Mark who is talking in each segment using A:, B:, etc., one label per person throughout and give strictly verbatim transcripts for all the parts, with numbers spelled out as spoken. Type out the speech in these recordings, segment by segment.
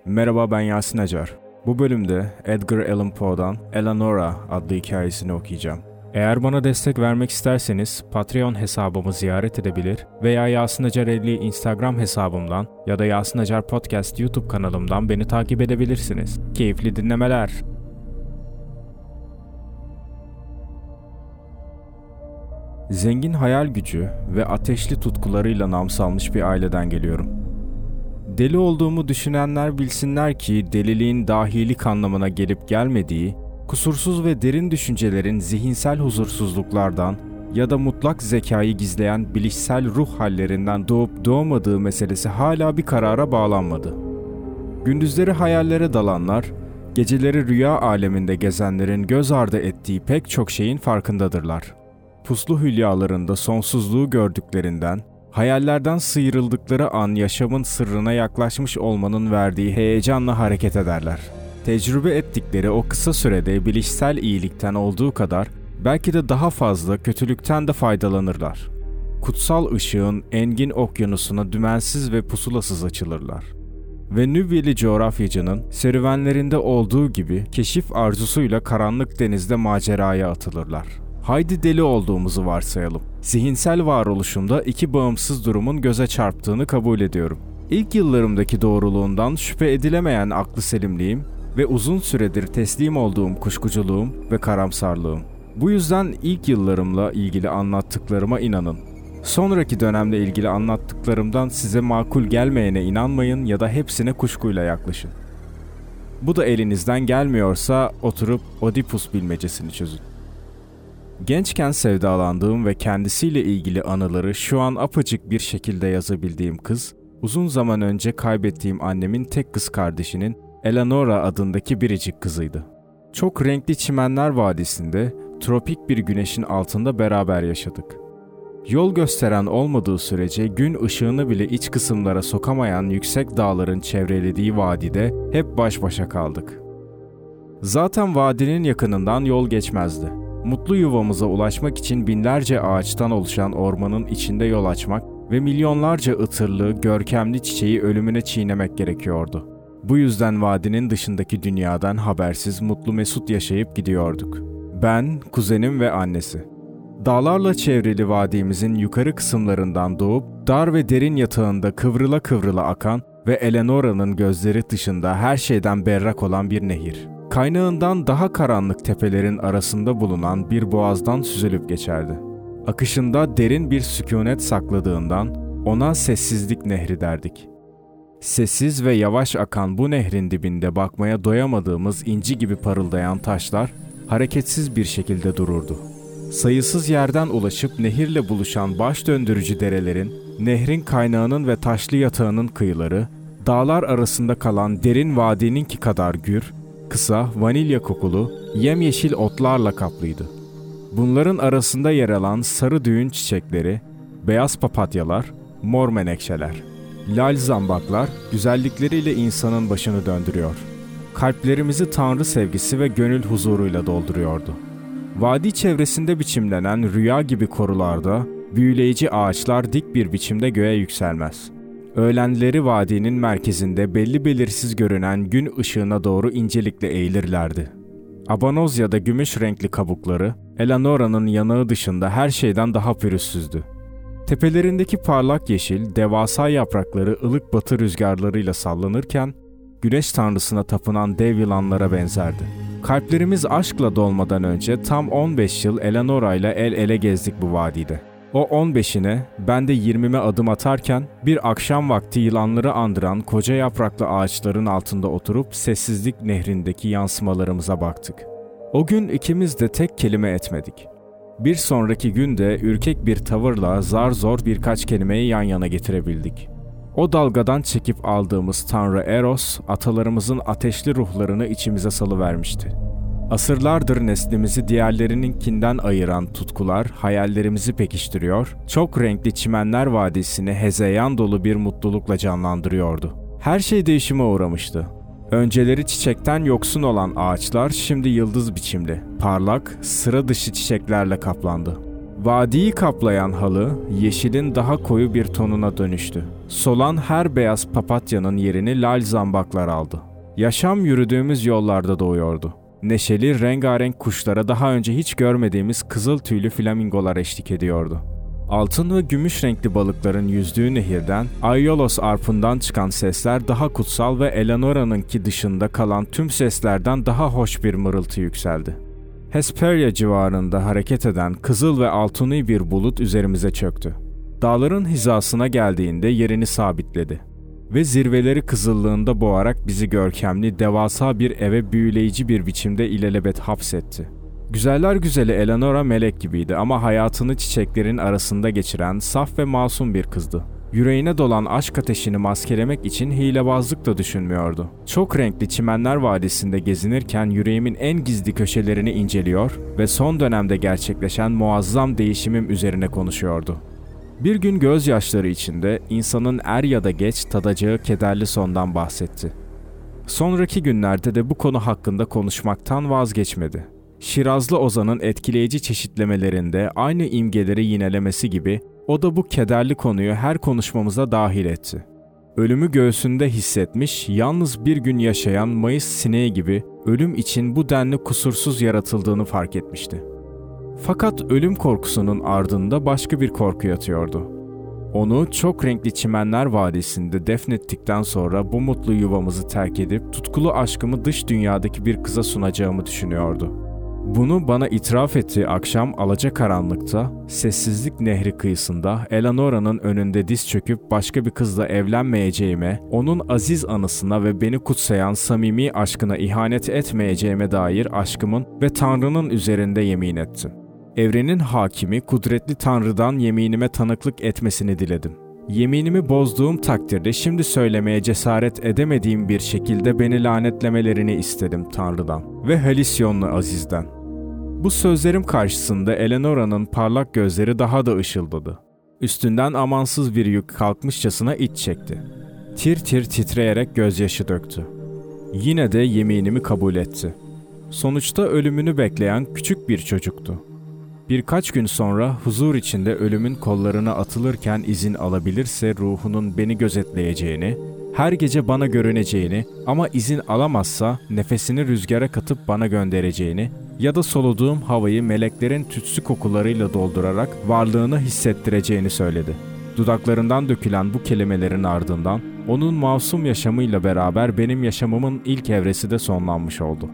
A: Merhaba, ben Yasin Acar. Bu bölümde Edgar Allan Poe'dan Eleanora adlı hikayesini okuyacağım. Eğer bana destek vermek isterseniz Patreon hesabımı ziyaret edebilir veya Yasin Acar elli Instagram hesabımdan ya da Yasin Acar Podcast YouTube kanalımdan beni takip edebilirsiniz. Keyifli dinlemeler. Zengin hayal gücü ve ateşli tutkularıyla nam salmış bir aileden geliyorum. Deli olduğumu düşünenler bilsinler ki deliliğin dahilik anlamına gelip gelmediği, kusursuz ve derin düşüncelerin zihinsel huzursuzluklardan ya da mutlak zekayı gizleyen bilişsel ruh hallerinden doğup doğmadığı meselesi hala bir karara bağlanmadı. Gündüzleri hayallere dalanlar, geceleri rüya aleminde gezenlerin göz ardı ettiği pek çok şeyin farkındadırlar. Puslu hülyalarında sonsuzluğu gördüklerinden, hayallerden sıyrıldıkları an yaşamın sırrına yaklaşmış olmanın verdiği heyecanla hareket ederler. Tecrübe ettikleri o kısa sürede bilişsel iyilikten olduğu kadar belki de daha fazla kötülükten de faydalanırlar. Kutsal ışığın engin okyanusuna dümensiz ve pusulasız açılırlar. Ve Nübyeli coğrafyacının serüvenlerinde olduğu gibi keşif arzusuyla karanlık denizde maceraya atılırlar. Haydi deli olduğumuzu varsayalım. Zihinsel varoluşumda iki bağımsız durumun göze çarptığını kabul ediyorum. İlk yıllarımdaki doğruluğundan şüphe edilemeyen aklı selimliğim ve uzun süredir teslim olduğum kuşkuculuğum ve karamsarlığım. Bu yüzden ilk yıllarımla ilgili anlattıklarıma inanın. Sonraki dönemle ilgili anlattıklarımdan size makul gelmeyene inanmayın ya da hepsine kuşkuyla yaklaşın. Bu da elinizden gelmiyorsa oturup Oedipus bilmecesini çözün. Gençken sevdalandığım ve kendisiyle ilgili anıları şu an apacık bir şekilde yazabildiğim kız, uzun zaman önce kaybettiğim annemin tek kız kardeşinin Eleanora adındaki biricik kızıydı. Çok renkli çimenler vadisinde, tropik bir güneşin altında beraber yaşadık. Yol gösteren olmadığı sürece gün ışığını bile iç kısımlara sokamayan yüksek dağların çevrelediği vadide hep baş başa kaldık. Zaten vadinin yakınından yol geçmezdi. Mutlu yuvamıza ulaşmak için binlerce ağaçtan oluşan ormanın içinde yol açmak ve milyonlarca ıtırlı, görkemli çiçeği ölümüne çiğnemek gerekiyordu. Bu yüzden vadinin dışındaki dünyadan habersiz mutlu mesut yaşayıp gidiyorduk. Ben, kuzenim ve annesi. Dağlarla çevrili vadimizin yukarı kısımlarından doğup dar ve derin yatağında kıvrıla kıvrıla akan ve Eleanora'nın gözleri dışında her şeyden berrak olan bir nehir. Kaynağından daha karanlık tepelerin arasında bulunan bir boğazdan süzülüp geçerdi. Akışında derin bir sükunet sakladığından ona sessizlik nehri derdik. Sessiz ve yavaş akan bu nehrin dibinde bakmaya doyamadığımız inci gibi parıldayan taşlar hareketsiz bir şekilde dururdu. Sayısız yerden ulaşıp nehirle buluşan baş döndürücü derelerin, nehrin kaynağının ve taşlı yatağının kıyıları, dağlar arasında kalan derin vadininki kadar gür, kısa, vanilya kokulu, yemyeşil otlarla kaplıydı. Bunların arasında yer alan sarı düğün çiçekleri, beyaz papatyalar, mor menekşeler, lal zambaklar güzellikleriyle insanın başını döndürüyor. Kalplerimizi tanrı sevgisi ve gönül huzuruyla dolduruyordu. Vadi çevresinde biçimlenen rüya gibi korularda büyüleyici ağaçlar dik bir biçimde göğe yükselmez. Öğlenleri vadinin merkezinde belli belirsiz görünen gün ışığına doğru incelikle eğilirlerdi. Abanoz ya da gümüş renkli kabukları, Eleanora'nın yanağı dışında her şeyden daha pürüzsüzdü. Tepelerindeki parlak yeşil, devasa yaprakları ılık batı rüzgarlarıyla sallanırken, güneş tanrısına tapınan dev yılanlara benzerdi. Kalplerimiz aşkla dolmadan önce tam on beş yıl Eleanora ile el ele gezdik bu vadide. O on beşine, ben de yirmime adım atarken bir akşam vakti yılanları andıran koca yapraklı ağaçların altında oturup sessizlik nehrindeki yansımalarımıza baktık. O gün ikimiz de tek kelime etmedik. Bir sonraki gün de ürkek bir tavırla zar zor birkaç kelimeyi yan yana getirebildik. O dalgadan çekip aldığımız Tanrı Eros, atalarımızın ateşli ruhlarını içimize salıvermişti. Asırlardır neslimizi diğerlerininkinden ayıran tutkular hayallerimizi pekiştiriyor, çok renkli çimenler vadisini hezeyan dolu bir mutlulukla canlandırıyordu. Her şey değişime uğramıştı. Önceleri çiçekten yoksun olan ağaçlar şimdi yıldız biçimli, parlak, sıra dışı çiçeklerle kaplandı. Vadiyi kaplayan halı, yeşilin daha koyu bir tonuna dönüştü. Solan her beyaz papatyanın yerini lal zambaklar aldı. Yaşam yürüdüğümüz yollarda doğuyordu. Neşeli, rengarenk kuşlara daha önce hiç görmediğimiz kızıl tüylü flamingolar eşlik ediyordu. Altın ve gümüş renkli balıkların yüzdüğü nehirden, Aiolos arpından çıkan sesler daha kutsal ve Eleanora'nınki dışında kalan tüm seslerden daha hoş bir mırıltı yükseldi. Hesperia civarında hareket eden kızıl ve altuni bir bulut üzerimize çöktü. Dağların hizasına geldiğinde yerini sabitledi ve zirveleri kızıllığında boğarak bizi görkemli, devasa bir eve büyüleyici bir biçimde ilelebet hapsetti. Güzeller güzeli Eleanora melek gibiydi ama hayatını çiçeklerin arasında geçiren saf ve masum bir kızdı. Yüreğine dolan aşk ateşini maskelemek için hilebazlık da düşünmüyordu. Çok renkli Çimenler Vadisi'nde gezinirken yüreğimin en gizli köşelerini inceliyor ve son dönemde gerçekleşen muazzam değişimim üzerine konuşuyordu. Bir gün gözyaşları içinde insanın er ya da geç tadacağı kederli sondan bahsetti. Sonraki günlerde de bu konu hakkında konuşmaktan vazgeçmedi. Şirazlı Ozan'ın etkileyici çeşitlemelerinde aynı imgeleri yinelemesi gibi o da bu kederli konuyu her konuşmamıza dahil etti. Ölümü göğsünde hissetmiş, yalnız bir gün yaşayan Mayıs sineği gibi ölüm için bu denli kusursuz yaratıldığını fark etmişti. Fakat ölüm korkusunun ardında başka bir korku yatıyordu. Onu çok renkli Çimenler Vadisi'nde defnettikten sonra bu mutlu yuvamızı terk edip tutkulu aşkımı dış dünyadaki bir kıza sunacağımı düşünüyordu. Bunu bana itiraf ettiği akşam alacakaranlıkta, sessizlik nehri kıyısında Eleanora'nın önünde diz çöküp başka bir kızla evlenmeyeceğime, onun aziz anısına ve beni kutsayan samimi aşkına ihanet etmeyeceğime dair aşkımın ve Tanrı'nın üzerinde yemin ettim. Evrenin hakimi, kudretli Tanrı'dan yeminime tanıklık etmesini diledim. Yeminimi bozduğum takdirde şimdi söylemeye cesaret edemediğim bir şekilde beni lanetlemelerini istedim Tanrı'dan ve Halisyonlu Aziz'den. Bu sözlerim karşısında Eleanora'nın parlak gözleri daha da ışıldadı. Üstünden amansız bir yük kalkmışçasına iç çekti. Tir tir titreyerek gözyaşı döktü. Yine de yeminimi kabul etti. Sonuçta ölümünü bekleyen küçük bir çocuktu. Birkaç gün sonra huzur içinde ölümün kollarına atılırken izin alabilirse ruhunun beni gözetleyeceğini, her gece bana görüneceğini ama izin alamazsa nefesini rüzgara katıp bana göndereceğini ya da soluduğum havayı meleklerin tütsü kokularıyla doldurarak varlığını hissettireceğini söyledi. Dudaklarından dökülen bu kelimelerin ardından onun masum yaşamıyla beraber benim yaşamımın ilk evresi de sonlanmış oldu.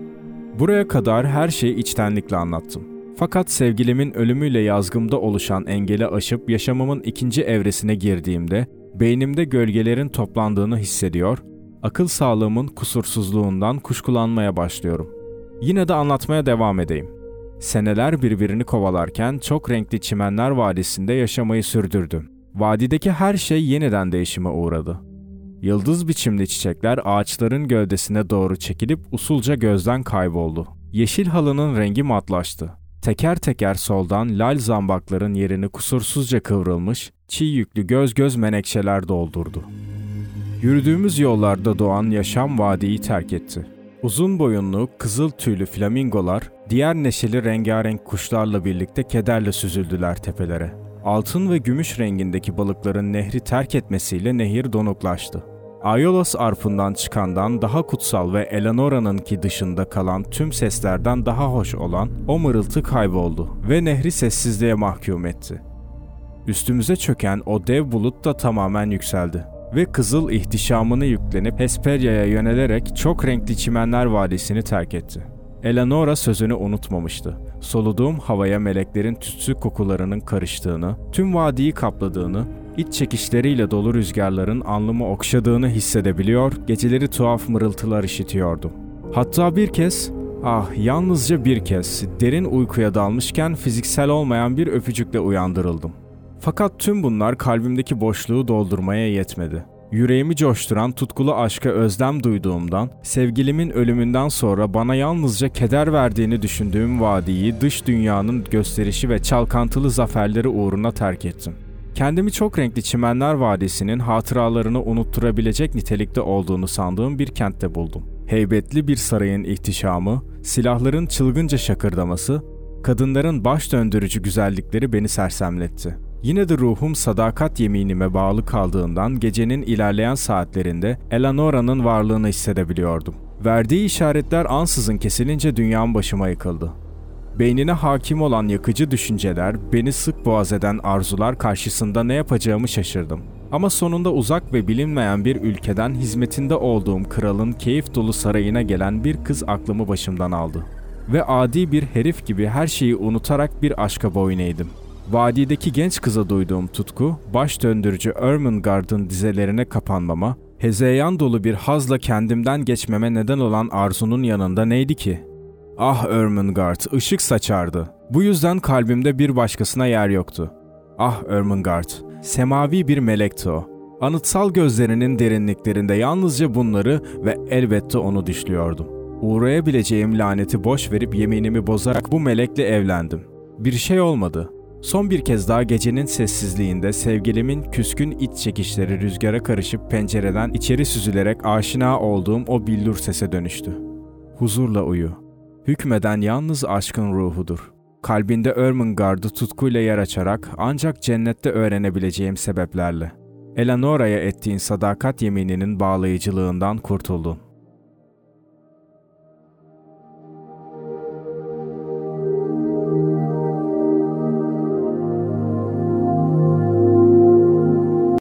A: Buraya kadar her şeyi içtenlikle anlattım. Fakat sevgilimin ölümüyle yazgımda oluşan engeli aşıp yaşamımın ikinci evresine girdiğimde beynimde gölgelerin toplandığını hissediyor, akıl sağlığımın kusursuzluğundan kuşkulanmaya başlıyorum. Yine de anlatmaya devam edeyim. Seneler birbirini kovalarken çok renkli Çimenler Vadisi'nde yaşamayı sürdürdüm. Vadideki her şey yeniden değişime uğradı. Yıldız biçimli çiçekler ağaçların gövdesine doğru çekilip usulca gözden kayboldu. Yeşil halının rengi matlaştı. Teker teker soldan lal zambakların yerini kusursuzca kıvrılmış, çiğ yüklü göz göz menekşeler doldurdu. Yürüdüğümüz yollarda doğan yaşam vadiyi terk etti. Uzun boyunlu, kızıl tüylü flamingolar, diğer neşeli rengarenk kuşlarla birlikte kederle süzüldüler tepelere. Altın ve gümüş rengindeki balıkların nehri terk etmesiyle nehir donuklaştı. Aiolos arpından çıkandan daha kutsal ve Eleanora'nınki dışında kalan tüm seslerden daha hoş olan o mırıltı kayboldu ve nehri sessizliğe mahkum etti. Üstümüze çöken o dev bulut da tamamen yükseldi ve kızıl ihtişamını yüklenip Hesperia'ya yönelerek çok renkli Çimenler Vadisi'ni terk etti. Eleanora sözünü unutmamıştı. Soluduğum havaya meleklerin tütsü kokularının karıştığını, tüm vadiyi kapladığını, İç çekişleriyle dolu rüzgarların alnımı okşadığını hissedebiliyor, geceleri tuhaf mırıltılar işitiyordum. Hatta bir kez, ah yalnızca bir kez, derin uykuya dalmışken fiziksel olmayan bir öpücükle uyandırıldım. Fakat tüm bunlar kalbimdeki boşluğu doldurmaya yetmedi. Yüreğimi coşturan tutkulu aşka özlem duyduğumdan, sevgilimin ölümünden sonra bana yalnızca keder verdiğini düşündüğüm vadiyi dış dünyanın gösterişi ve çalkantılı zaferleri uğruna terk ettim. Kendimi çok renkli Çimenler Vadisi'nin hatıralarını unutturabilecek nitelikte olduğunu sandığım bir kentte buldum. Heybetli bir sarayın ihtişamı, silahların çılgınca şakırdaması, kadınların baş döndürücü güzellikleri beni sersemletti. Yine de ruhum sadakat yeminime bağlı kaldığından gecenin ilerleyen saatlerinde Eleanora'nın varlığını hissedebiliyordum. Verdiği işaretler ansızın kesilince dünyam başıma yıkıldı. Beynine hakim olan yakıcı düşünceler, beni sık boğaz eden arzular karşısında ne yapacağımı şaşırdım. Ama sonunda uzak ve bilinmeyen bir ülkeden hizmetinde olduğum kralın keyif dolu sarayına gelen bir kız aklımı başımdan aldı. Ve adi bir herif gibi her şeyi unutarak bir aşka boyun eğdim. Vadideki genç kıza duyduğum tutku, baş döndürücü Ermengarde'ın dizelerine kapanmama, hezeyan dolu bir hazla kendimden geçmeme neden olan arzunun yanında neydi ki? Ah Ermengarde, ışık saçardı. Bu yüzden kalbimde bir başkasına yer yoktu. Ah Ermengarde, semavi bir melekti o. Anıtsal gözlerinin derinliklerinde yalnızca bunları ve elbette onu düşlüyordum. Uğrayabileceğim laneti boş verip yeminimi bozarak bu melekle evlendim. Bir şey olmadı. Son bir kez daha gecenin sessizliğinde sevgilimin küskün iç çekişleri rüzgara karışıp pencereden içeri süzülerek aşina olduğum o billur sese dönüştü. Huzurla uyu. Hükmeden yalnız aşkın ruhudur. Kalbinde Ermengarde'ı tutkuyla yer açarak ancak cennette öğrenebileceğim sebeplerle. Eleanora'ya ettiğin sadakat yemininin bağlayıcılığından kurtuldun.